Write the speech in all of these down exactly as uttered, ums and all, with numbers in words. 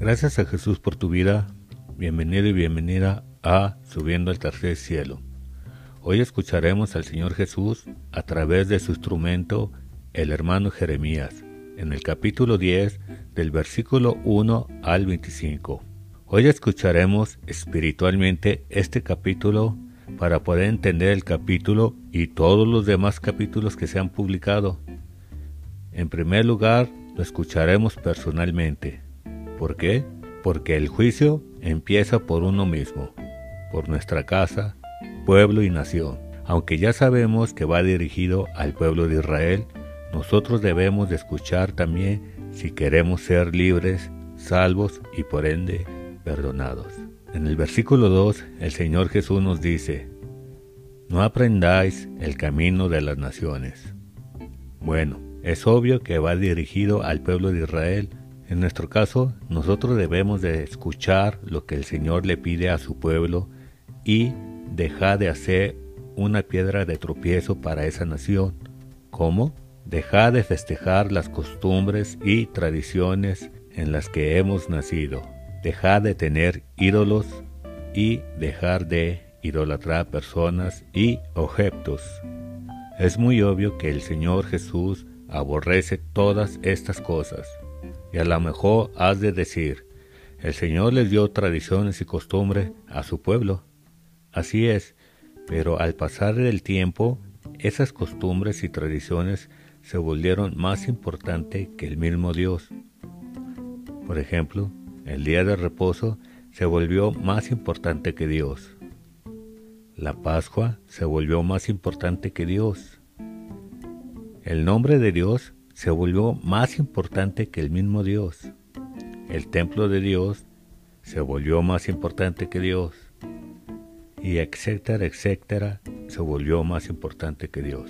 Gracias a Jesús por tu vida. Bienvenido y bienvenida a Subiendo al Tercer Cielo. Hoy escucharemos al Señor Jesús a través de su instrumento, el hermano Jeremías, en el capítulo diez, del versículo uno al veinticinco. Hoy escucharemos espiritualmente este capítulo para poder entender el capítulo y todos los demás capítulos que se han publicado. En primer lugar, lo escucharemos personalmente. ¿Por qué? Porque el juicio empieza por uno mismo, por nuestra casa, pueblo y nación. Aunque ya sabemos que va dirigido al pueblo de Israel, nosotros debemos de escuchar también si queremos ser libres, salvos y por ende perdonados. En el versículo dos, el Señor Jesús nos dice: no aprendáis el camino de las naciones. Bueno, es obvio que va dirigido al pueblo de Israel. En nuestro caso, nosotros debemos de escuchar lo que el Señor le pide a su pueblo y dejar de hacer una piedra de tropiezo para esa nación. ¿Cómo? Dejar de festejar las costumbres y tradiciones en las que hemos nacido. Dejar de tener ídolos y dejar de idolatrar personas y objetos. Es muy obvio que el Señor Jesús aborrece todas estas cosas. Y a lo mejor has de decir, el Señor les dio tradiciones y costumbres a su pueblo. Así es, pero al pasar del tiempo, esas costumbres y tradiciones se volvieron más importantes que el mismo Dios. Por ejemplo, el día de reposo se volvió más importante que Dios. La Pascua se volvió más importante que Dios. El nombre de Dios se volvió más importante que el mismo Dios. El templo de Dios se volvió más importante que Dios. Y etcétera, etcétera, se volvió más importante que Dios.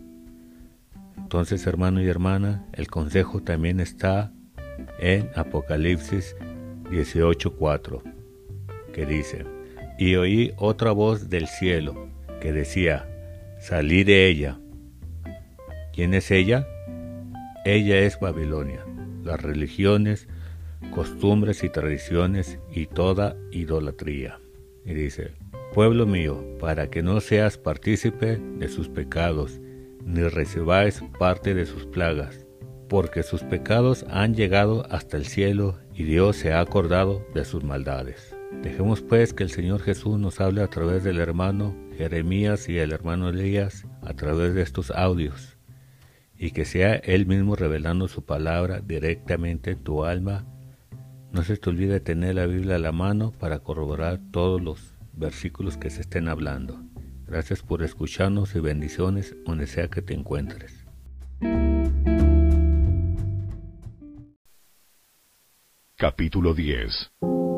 Entonces, hermano y hermana, el consejo también está en Apocalipsis dieciocho cuatro, que dice: y oí otra voz del cielo que decía: salí de ella. ¿Quién es ella? Ella es Babilonia, las religiones, costumbres y tradiciones y toda idolatría. Y dice: pueblo mío, para que no seas partícipe de sus pecados, ni recibáis parte de sus plagas, porque sus pecados han llegado hasta el cielo y Dios se ha acordado de sus maldades. Dejemos pues que el Señor Jesús nos hable a través del hermano Jeremías y el hermano Elías a través de estos audios, y que sea Él mismo revelando su palabra directamente en tu alma. No se te olvide tener la Biblia a la mano para corroborar todos los versículos que se estén hablando. Gracias por escucharnos y bendiciones donde sea que te encuentres. Capítulo diez.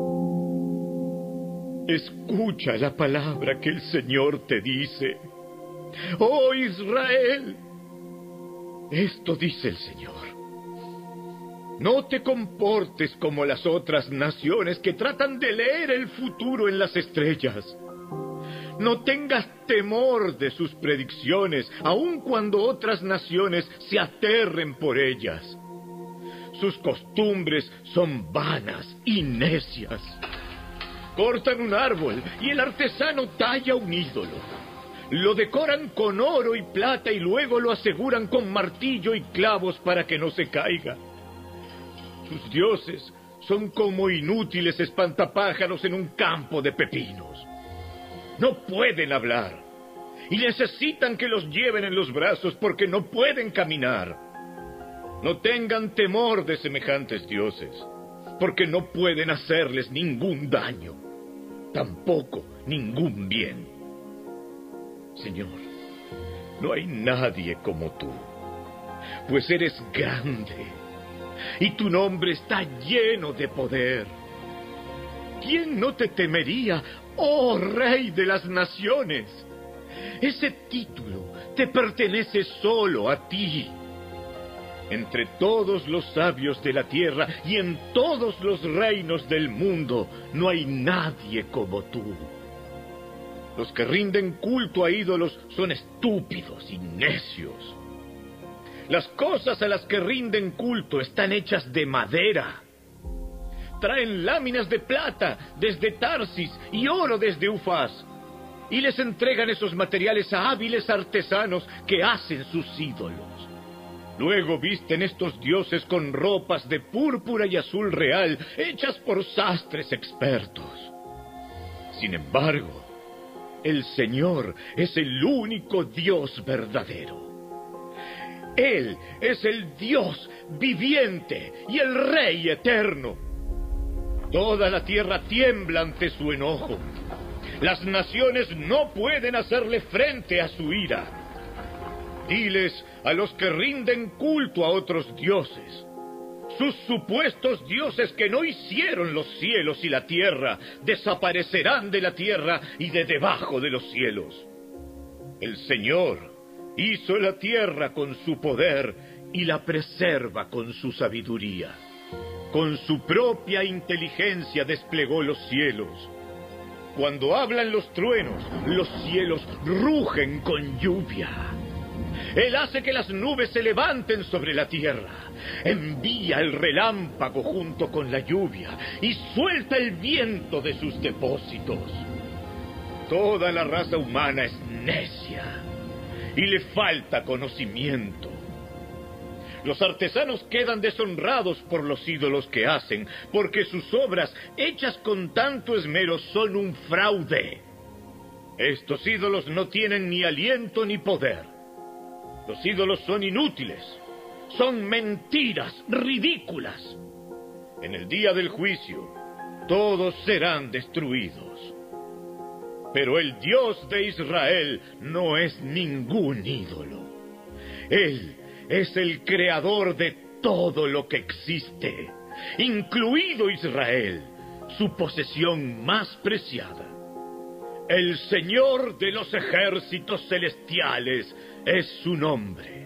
Escucha la palabra que el Señor te dice. ¡Oh Israel! Esto dice el Señor: no te comportes como las otras naciones que tratan de leer el futuro en las estrellas. No tengas temor de sus predicciones, aun cuando otras naciones se aterren por ellas. Sus costumbres son vanas y necias. Cortan un árbol y el artesano talla un ídolo. Lo decoran con oro y plata y luego lo aseguran con martillo y clavos para que no se caiga. Sus dioses son como inútiles espantapájaros en un campo de pepinos. No pueden hablar y necesitan que los lleven en los brazos porque no pueden caminar. No tengan temor de semejantes dioses, porque no pueden hacerles ningún daño, tampoco ningún bien. Señor, no hay nadie como tú, pues eres grande y tu nombre está lleno de poder. ¿Quién no te temería, oh Rey de las naciones? Ese título te pertenece solo a ti. Entre todos los sabios de la tierra y en todos los reinos del mundo no hay nadie como tú. Los que rinden culto a ídolos son estúpidos y necios. Las cosas a las que rinden culto están hechas de madera. traen láminas de plata desde Tarsis y oro desde Ufaz, y les entregan esos materiales a hábiles artesanos que hacen sus ídolos. Luego visten estos dioses con ropas de púrpura y azul real, hechas por sastres expertos. Sin embargo, el Señor es el único Dios verdadero. Él es el Dios viviente y el Rey eterno. Toda la tierra tiembla ante su enojo. Las naciones no pueden hacerle frente a su ira. Diles a los que rinden culto a otros dioses: sus supuestos dioses que no hicieron los cielos y la tierra desaparecerán de la tierra y de debajo de los cielos. El Señor hizo la tierra con su poder y la preserva con su sabiduría. Con su propia inteligencia desplegó los cielos. Cuando hablan los truenos, los cielos rugen con lluvia. Él hace que las nubes se levanten sobre la tierra, envía el relámpago junto con la lluvia y suelta el viento de sus depósitos. Toda la raza humana es necia y le falta conocimiento. Los artesanos quedan deshonrados por los ídolos que hacen, porque sus obras, hechas con tanto esmero, son un fraude. Estos ídolos no tienen ni aliento ni poder. Los ídolos son inútiles, son mentiras ridículas. En el día del juicio, todos serán destruidos. Pero el Dios de Israel no es ningún ídolo. Él es el creador de todo lo que existe, incluido Israel, su posesión más preciada. El Señor de los ejércitos celestiales es su nombre.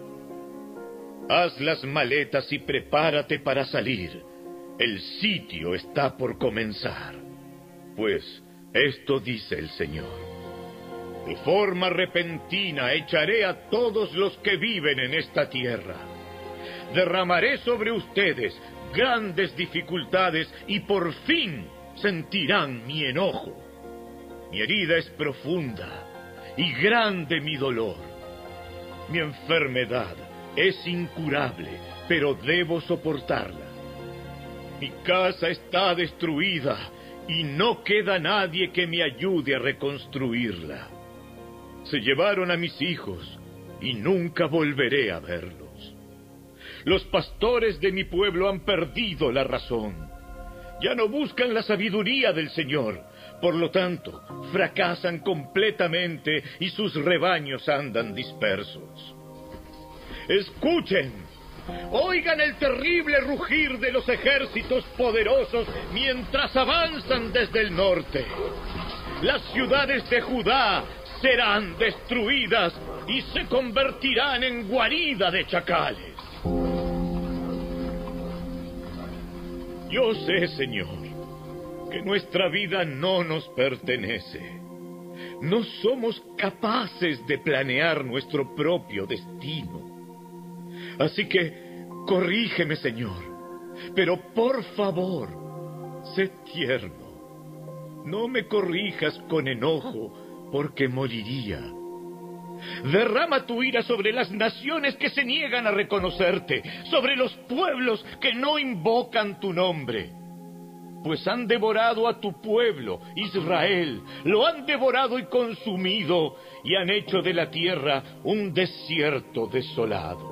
Haz las maletas y prepárate para salir. El sitio está por comenzar. Pues esto dice el Señor: de forma repentina echaré a todos los que viven en esta tierra. Derramaré sobre ustedes grandes dificultades y por fin sentirán mi enojo. Mi herida es profunda y grande mi dolor. Mi enfermedad es incurable, pero debo soportarla. Mi casa está destruida y no queda nadie que me ayude a reconstruirla. Se llevaron a mis hijos y nunca volveré a verlos. Los pastores de mi pueblo han perdido la razón. Ya no buscan la sabiduría del Señor. Por lo tanto, fracasan completamente y sus rebaños andan dispersos. Escuchen, oigan el terrible rugir de los ejércitos poderosos mientras avanzan desde el norte. Las ciudades de Judá serán destruidas y se convertirán en guarida de chacales. Yo sé, Señor, que nuestra vida no nos pertenece. No somos capaces de planear nuestro propio destino. Así que, corrígeme, Señor, pero por favor, sé tierno. No me corrijas con enojo, porque moriría. Derrama tu ira sobre las naciones que se niegan a reconocerte, sobre los pueblos que no invocan tu nombre. Pues han devorado a tu pueblo, Israel, lo han devorado y consumido, y han hecho de la tierra un desierto desolado.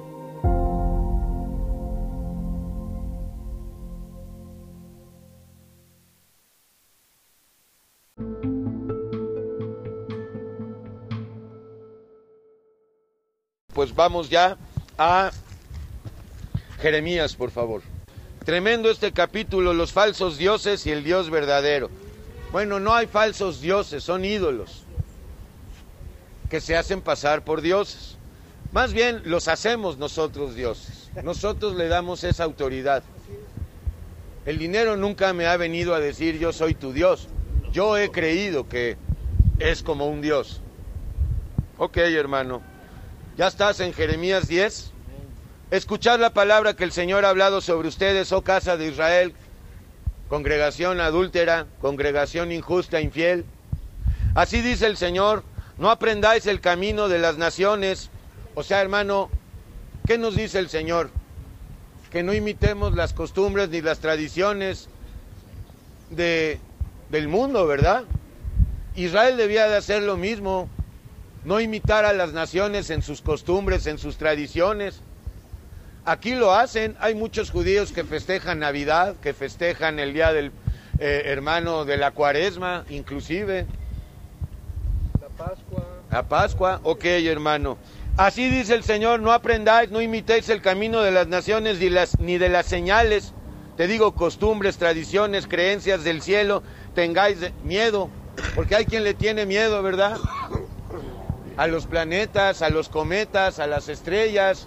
Pues vamos ya a Jeremías, por favor. Tremendo este capítulo, los falsos dioses y el Dios verdadero. Bueno, no hay falsos dioses, son ídolos que se hacen pasar por dioses. Más bien los hacemos nosotros dioses. Nosotros le damos esa autoridad. El dinero nunca me ha venido a decir yo soy tu Dios. Yo he creído que es como un Dios. Ok, hermano. ¿Ya estás en Jeremías diez? Escuchad la palabra que el Señor ha hablado sobre ustedes, oh casa de Israel. congregación adúltera, congregación injusta, infiel. Así dice el Señor, no aprendáis el camino de las naciones. O sea, hermano, ¿qué nos dice el Señor? Que no imitemos las costumbres ni las tradiciones de, del mundo, ¿verdad? Israel debía de hacer lo mismo, no imitar a las naciones en sus costumbres, en sus tradiciones. Aquí lo hacen, hay muchos judíos que festejan Navidad, que festejan el día del eh, hermano de la Cuaresma, inclusive. La Pascua. La Pascua, ok, hermano. Así dice el Señor, no aprendáis, no imitéis el camino de las naciones ni, las, ni de las señales, te digo, costumbres, tradiciones, creencias del cielo, tengáis miedo, porque hay quien le tiene miedo, ¿verdad? A los planetas, a los cometas, a las estrellas,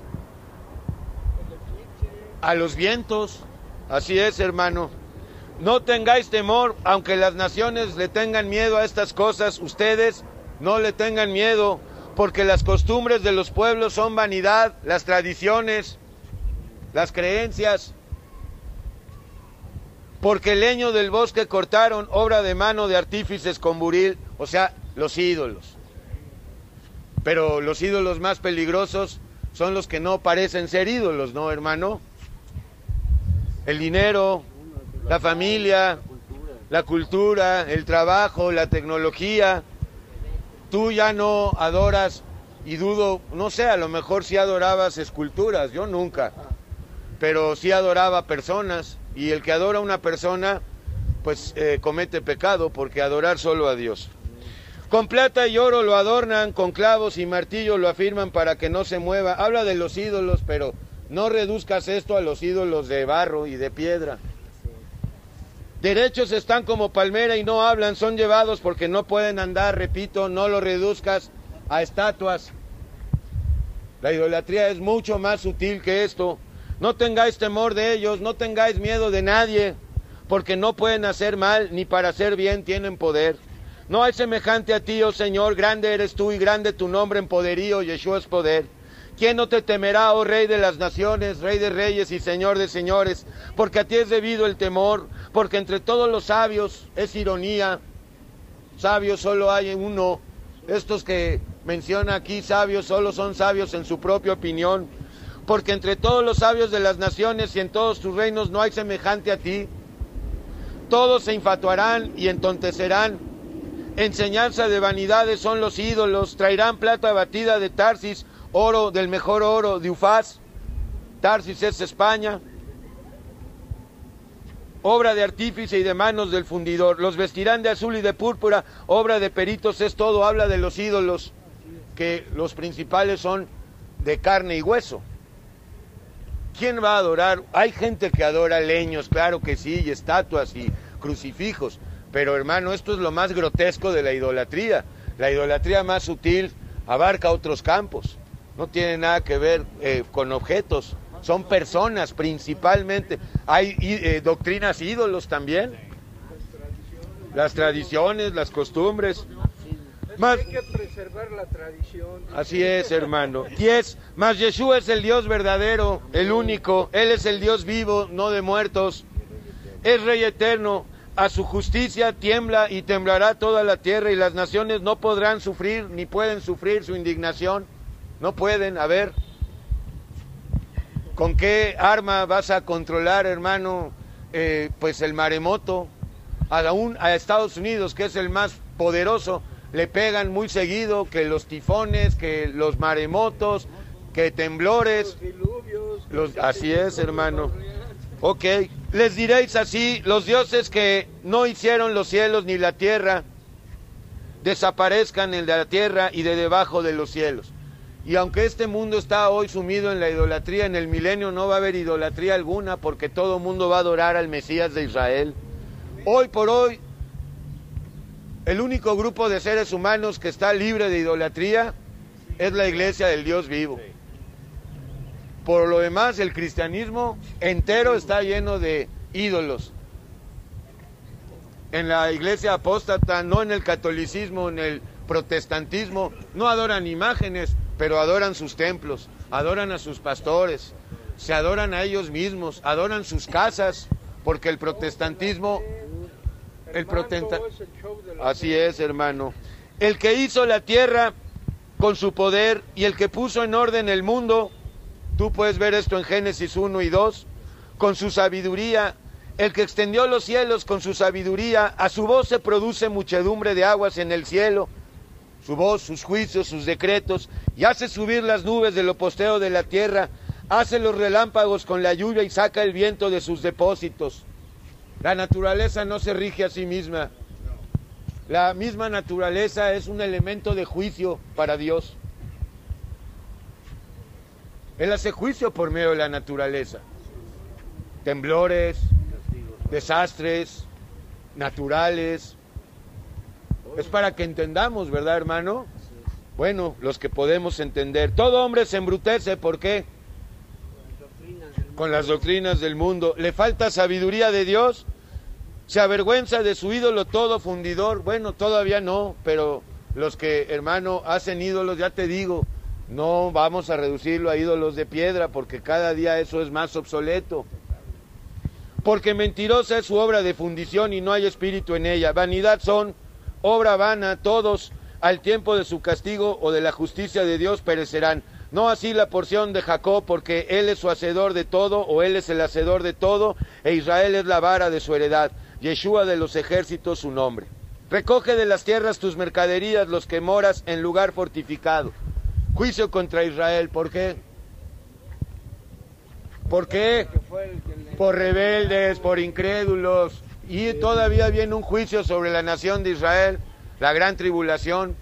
a los vientos. Así es, hermano. No tengáis temor, aunque las naciones le tengan miedo a estas cosas, ustedes no le tengan miedo, porque las costumbres de los pueblos son vanidad, las tradiciones, las creencias. Porque el leño del bosque cortaron, obra de mano de artífices con buril, o sea, los ídolos. Pero los ídolos más peligrosos son los que no parecen ser ídolos, ¿no, hermano? El dinero, la familia, la cultura, el trabajo, la tecnología. Tú ya no adoras, y dudo, no sé, a lo mejor sí adorabas esculturas, yo nunca, pero sí adoraba personas, y el que adora a una persona, pues eh, comete pecado, porque adorar solo a Dios. Con plata y oro lo adornan, con clavos y martillo lo afirman para que no se mueva. Habla de los ídolos, pero no reduzcas esto a los ídolos de barro y de piedra. Derechos están como palmera y no hablan, son llevados porque no pueden andar, repito, no lo reduzcas a estatuas. La idolatría es mucho más sutil que esto. No tengáis temor de ellos, no tengáis miedo de nadie, porque no pueden hacer mal, ni para hacer bien tienen poder. No hay semejante a ti, oh Señor, grande eres tú y grande tu nombre en poderío, Yeshua es poder. ¿Quién no te temerá, oh Rey de las naciones, Rey de reyes y Señor de señores? Porque a ti es debido el temor, porque entre todos los sabios es ironía. Sabios solo hay uno. Estos que menciona aquí, sabios, solo son sabios en su propia opinión. Porque entre todos los sabios de las naciones y en todos tus reinos no hay semejante a ti. Todos se infatuarán y entontecerán. Enseñanza de vanidades son los ídolos. Traerán plata batida de Tarsis, oro del mejor oro de Ufaz. Tarsis es España. Obra de artífice y de manos del fundidor. Los vestirán de azul y de púrpura. Obra de peritos es todo. Habla de los ídolos, que los principales son de carne y hueso. ¿Quién va a adorar? Hay gente que adora leños, claro que sí, y estatuas y crucifijos. Pero hermano, esto es lo más grotesco de la idolatría. La idolatría más sutil abarca otros campos. No tiene nada que ver eh, con objetos. Son personas principalmente. Hay eh, doctrinas ídolos también. Las tradiciones, las costumbres. Más, hay que preservar la tradición. Así es, hermano. diez. Mas Yeshua es el Dios verdadero, el único. Él es el Dios vivo, no de muertos. Es Rey eterno. A su justicia tiembla y temblará toda la tierra, y las naciones no podrán sufrir ni pueden sufrir su indignación. No pueden. A ver, ¿con qué arma vas a controlar, hermano, eh, pues el maremoto? Aún a Estados Unidos, que es el más poderoso, le pegan muy seguido que los tifones, que los maremotos, que temblores. Los diluvios, los, así es, hermano. Ok, les diréis así: los dioses que no hicieron los cielos ni la tierra, desaparezcan de la tierra y de debajo de los cielos. Y aunque este mundo está hoy sumido en la idolatría, en el milenio no va a haber idolatría alguna, porque todo el mundo va a adorar al Mesías de Israel. Hoy por hoy, el único grupo de seres humanos que está libre de idolatría es la iglesia del Dios vivo. Por lo demás, el cristianismo entero está lleno de ídolos. En la iglesia apóstata, no en el catolicismo, en el protestantismo, no adoran imágenes, pero adoran sus templos, adoran a sus pastores, se adoran a ellos mismos, adoran sus casas, porque el protestantismo, el mando protesta... es el show de la Así es, hermano. El que hizo la tierra con su poder y el que puso en orden el mundo, tú puedes ver esto en Génesis uno y dos, con su sabiduría, el que extendió los cielos con su sabiduría, a su voz se produce muchedumbre de aguas en el cielo, su voz, sus juicios, sus decretos, y hace subir las nubes de lo posteo de la tierra, hace los relámpagos con la lluvia y saca el viento de sus depósitos. La naturaleza no se rige a sí misma. La misma naturaleza es un elemento de juicio para Dios. Él hace juicio por medio de la naturaleza. Temblores, desastres naturales. Es para que entendamos, ¿verdad, hermano? Bueno, los que podemos entender. Todo hombre se embrutece, ¿por qué? Con las doctrinas del mundo. ¿Le falta sabiduría de Dios? ¿Se avergüenza de su ídolo todo fundidor? Bueno, todavía no, pero los que, hermano, hacen ídolos, ya te digo, no vamos a reducirlo a ídolos de piedra, porque cada día eso es más obsoleto. Porque mentirosa es su obra de fundición y no hay espíritu en ella. Vanidad son, obra vana, todos al tiempo de su castigo o de la justicia de Dios perecerán. No así la porción de Jacob, porque él es su hacedor de todo, o él es el hacedor de todo, e Israel es la vara de su heredad. Yeshua de los ejércitos su nombre. Recoge de las tierras tus mercaderías, los que moras en lugar fortificado. Juicio contra Israel, ¿por qué? ¿Por qué? Por rebeldes, por incrédulos. Y todavía viene un juicio sobre la nación de Israel, la gran tribulación.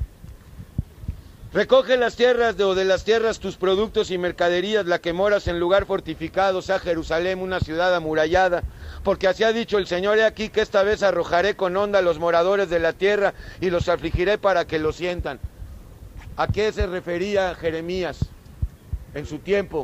Recoge las tierras de, o de las tierras tus productos y mercaderías, la que moras en lugar fortificado, sea Jerusalén una ciudad amurallada, porque así ha dicho el Señor, he aquí que esta vez arrojaré con honda a los moradores de la tierra y los afligiré para que lo sientan. ¿A qué se refería Jeremías en su tiempo?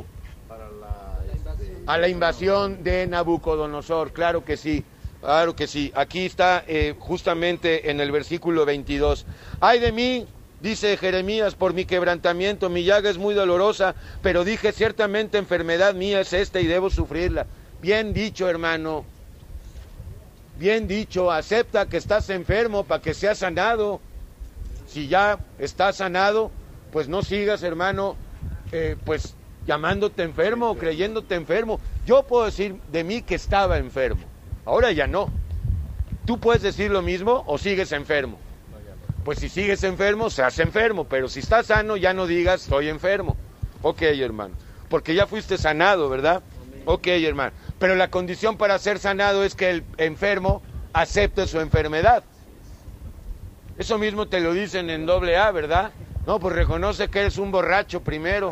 A la invasión de Nabucodonosor, claro que sí, claro que sí. Aquí está eh, justamente en el versículo veintidós. Ay de mí, dice Jeremías, por mi quebrantamiento, mi llaga es muy dolorosa, pero dije, ciertamente enfermedad mía es esta y debo sufrirla. Bien dicho, hermano, bien dicho, acepta que estás enfermo para que seas sanado. Si ya estás sanado, pues no sigas, hermano, eh, pues llamándote enfermo o creyéndote enfermo. Yo puedo decir de mí que estaba enfermo, ahora ya no. ¿Tú puedes decir lo mismo o sigues enfermo? Pues si sigues enfermo, seas enfermo, pero si estás sano, ya no digas, estoy enfermo. Ok, hermano, porque ya fuiste sanado, ¿verdad? Ok, hermano, pero la condición para ser sanado es que el enfermo acepte su enfermedad. Eso mismo te lo dicen en doble A, ¿verdad? No, pues reconoce que eres un borracho primero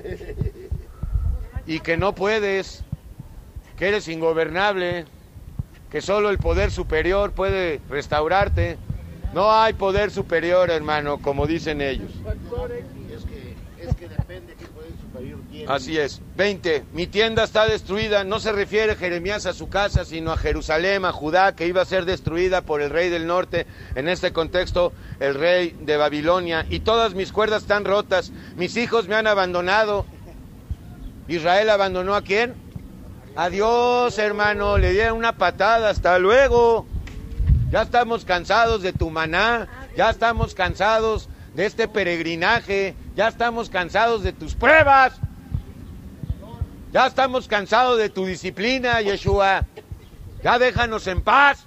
y que no puedes, que eres ingobernable, que solo el poder superior puede restaurarte. No hay poder superior, hermano, como dicen ellos. Es que, es que depende qué poder superior tiene. Así es. veinte. Mi tienda está destruida. No se refiere Jeremías a su casa, sino a Jerusalén, a Judá, que iba a ser destruida por el rey del norte. En este contexto, el rey de Babilonia. Y todas mis cuerdas están rotas. Mis hijos me han abandonado. ¿Israel abandonó a quién? A Dios, hermano. Le dieron una patada. Hasta luego. Ya estamos cansados de tu maná, ya estamos cansados de este peregrinaje, ya estamos cansados de tus pruebas, ya estamos cansados de tu disciplina, Yeshua, ya déjanos en paz.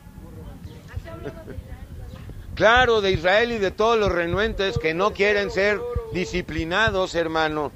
Claro, de Israel y de todos los renuentes que no quieren ser disciplinados, hermano.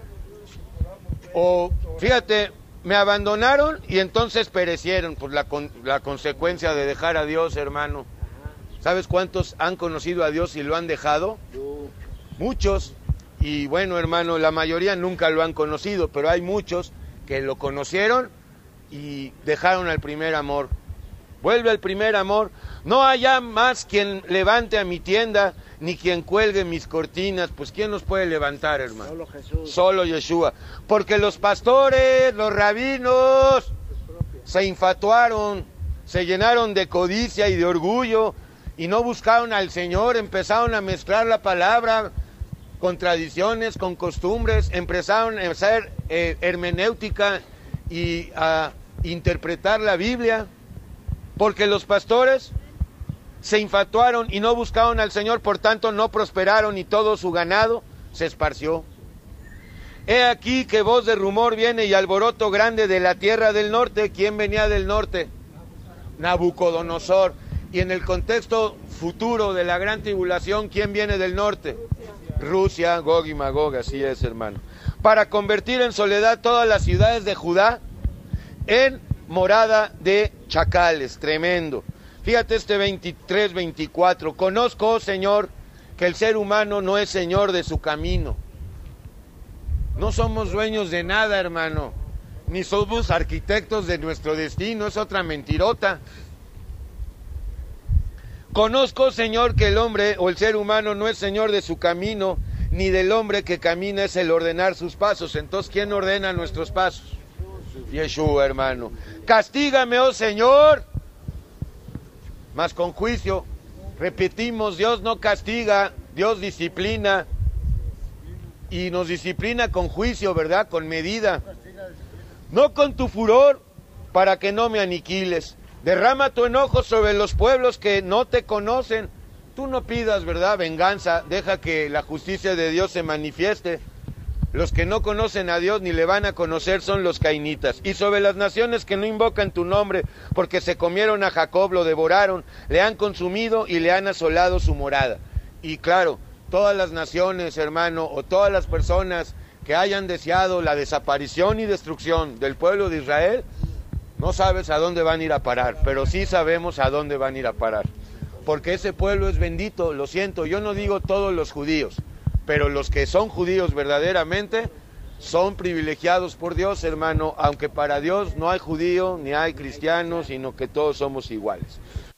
O, fíjate, me abandonaron y entonces perecieron, pues la, con, la consecuencia de dejar a Dios, hermano. ¿Sabes cuántos han conocido a Dios y lo han dejado? Muchos. Y bueno, hermano, la mayoría nunca lo han conocido, pero hay muchos que lo conocieron y dejaron al primer amor. Vuelve al primer amor. No haya más quien levante a mi tienda, ni quien cuelgue mis cortinas. Pues ¿quién los puede levantar, hermano? Solo Jesús. Solo Yeshua. Porque los pastores, los rabinos, se infatuaron, se llenaron de codicia y de orgullo, y no buscaron al Señor, empezaron a mezclar la palabra con tradiciones, con costumbres, empezaron a hacer eh, hermenéutica y a interpretar la Biblia, porque los pastores se infatuaron y no buscaron al Señor, por tanto no prosperaron y todo su ganado se esparció. He aquí que voz de rumor viene y alboroto grande de la tierra del norte. ¿Quién venía del norte? Nabucodonosor. Y en el contexto futuro de la gran tribulación, ¿quién viene del norte? Rusia, Gog y Magog, así es, hermano. Para convertir en soledad todas las ciudades de Judá en morada de chacales. Tremendo. Fíjate este veintitrés, veinticuatro. Conozco, oh Señor, que el ser humano no es señor de su camino. No somos dueños de nada, hermano. Ni somos arquitectos de nuestro destino. Es otra mentirota. Conozco, Señor, que el hombre o el ser humano no es señor de su camino, ni del hombre que camina es el ordenar sus pasos. Entonces, ¿quién ordena nuestros pasos? Yeshua, hermano. Castígame, oh Señor, mas con juicio. Repetimos, Dios no castiga, Dios disciplina, y nos disciplina con juicio, ¿verdad? Con medida. No con tu furor, para que no me aniquiles. Derrama tu enojo sobre los pueblos que no te conocen. Tú no pidas, ¿verdad?, venganza. Deja que la justicia de Dios se manifieste. Los que no conocen a Dios ni le van a conocer son los cainitas. Y sobre las naciones que no invocan tu nombre, porque se comieron a Jacob, lo devoraron, le han consumido y le han asolado su morada. Y claro, todas las naciones, hermano, o todas las personas que hayan deseado la desaparición y destrucción del pueblo de Israel, no sabes a dónde van a ir a parar, pero sí sabemos a dónde van a ir a parar. Porque ese pueblo es bendito, lo siento, yo no digo todos los judíos, pero los que son judíos verdaderamente son privilegiados por Dios, hermano, aunque para Dios no hay judío ni hay cristiano, sino que todos somos iguales.